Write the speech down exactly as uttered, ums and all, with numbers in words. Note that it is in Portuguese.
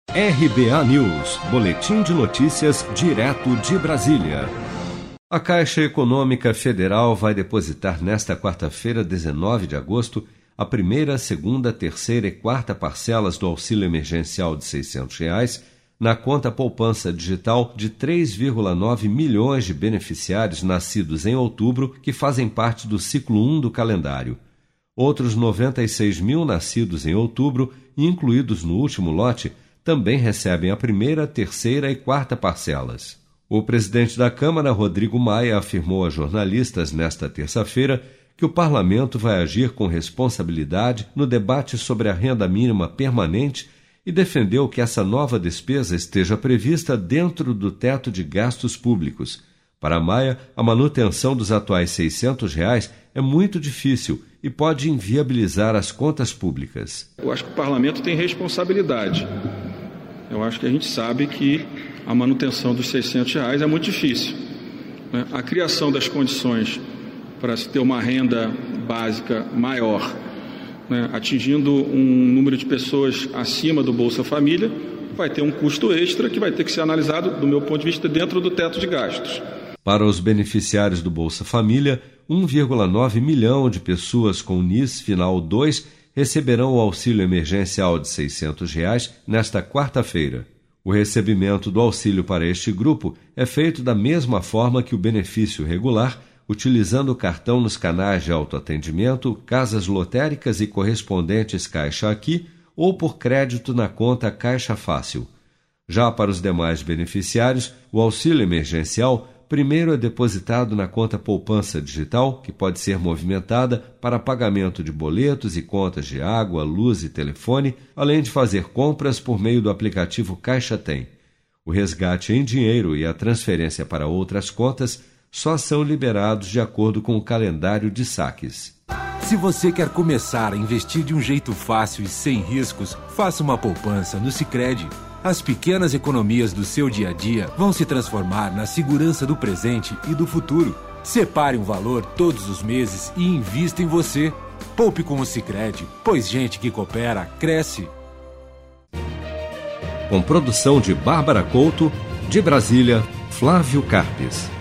R B A News, boletim de notícias direto de Brasília. A Caixa Econômica Federal vai depositar nesta quarta-feira, dezenove de agosto, a primeira, segunda, terceira e quarta parcelas do auxílio emergencial de seiscentos reais na conta poupança digital de três vírgula nove milhões de beneficiários nascidos em outubro que fazem parte do ciclo um do calendário. Outros noventa e seis mil nascidos em outubro, incluídos no último lote, também recebem a primeira, terceira e quarta parcelas. O presidente da Câmara, Rodrigo Maia, afirmou a jornalistas nesta terça-feira que o parlamento vai agir com responsabilidade no debate sobre a renda mínima permanente e defendeu que essa nova despesa esteja prevista dentro do teto de gastos públicos. Para Maia, a manutenção dos atuais seiscentos reais é muito difícil e pode inviabilizar as contas públicas. Eu acho que o parlamento tem responsabilidade. Eu acho que a gente sabe que a manutenção dos seiscentos reais é muito difícil. Né? A criação das condições para se ter uma renda básica maior, né, atingindo um número de pessoas acima do Bolsa Família, vai ter um custo extra que vai ter que ser analisado, do meu ponto de vista, dentro do teto de gastos. Para os beneficiários do Bolsa Família, um vírgula nove milhão de pessoas com N I S final dois receberão o auxílio emergencial de seiscentos reais nesta quarta-feira. O recebimento do auxílio para este grupo é feito da mesma forma que o benefício regular, utilizando o cartão nos canais de autoatendimento, casas lotéricas e correspondentes Caixa Aqui ou por crédito na conta Caixa Fácil. Já para os demais beneficiários, o auxílio emergencial primeiro é depositado na conta poupança digital, que pode ser movimentada para pagamento de boletos e contas de água, luz e telefone, além de fazer compras por meio do aplicativo Caixa Tem. O resgate em dinheiro e a transferência para outras contas só são liberados de acordo com o calendário de saques. Se você quer começar a investir de um jeito fácil e sem riscos, faça uma poupança no Sicredi. As pequenas economias do seu dia a dia vão se transformar na segurança do presente e do futuro. Separe um valor todos os meses e invista em você. Poupe com o Sicredi, pois gente que coopera, cresce. Com produção de Bárbara Couto, de Brasília, Flávio Carpes.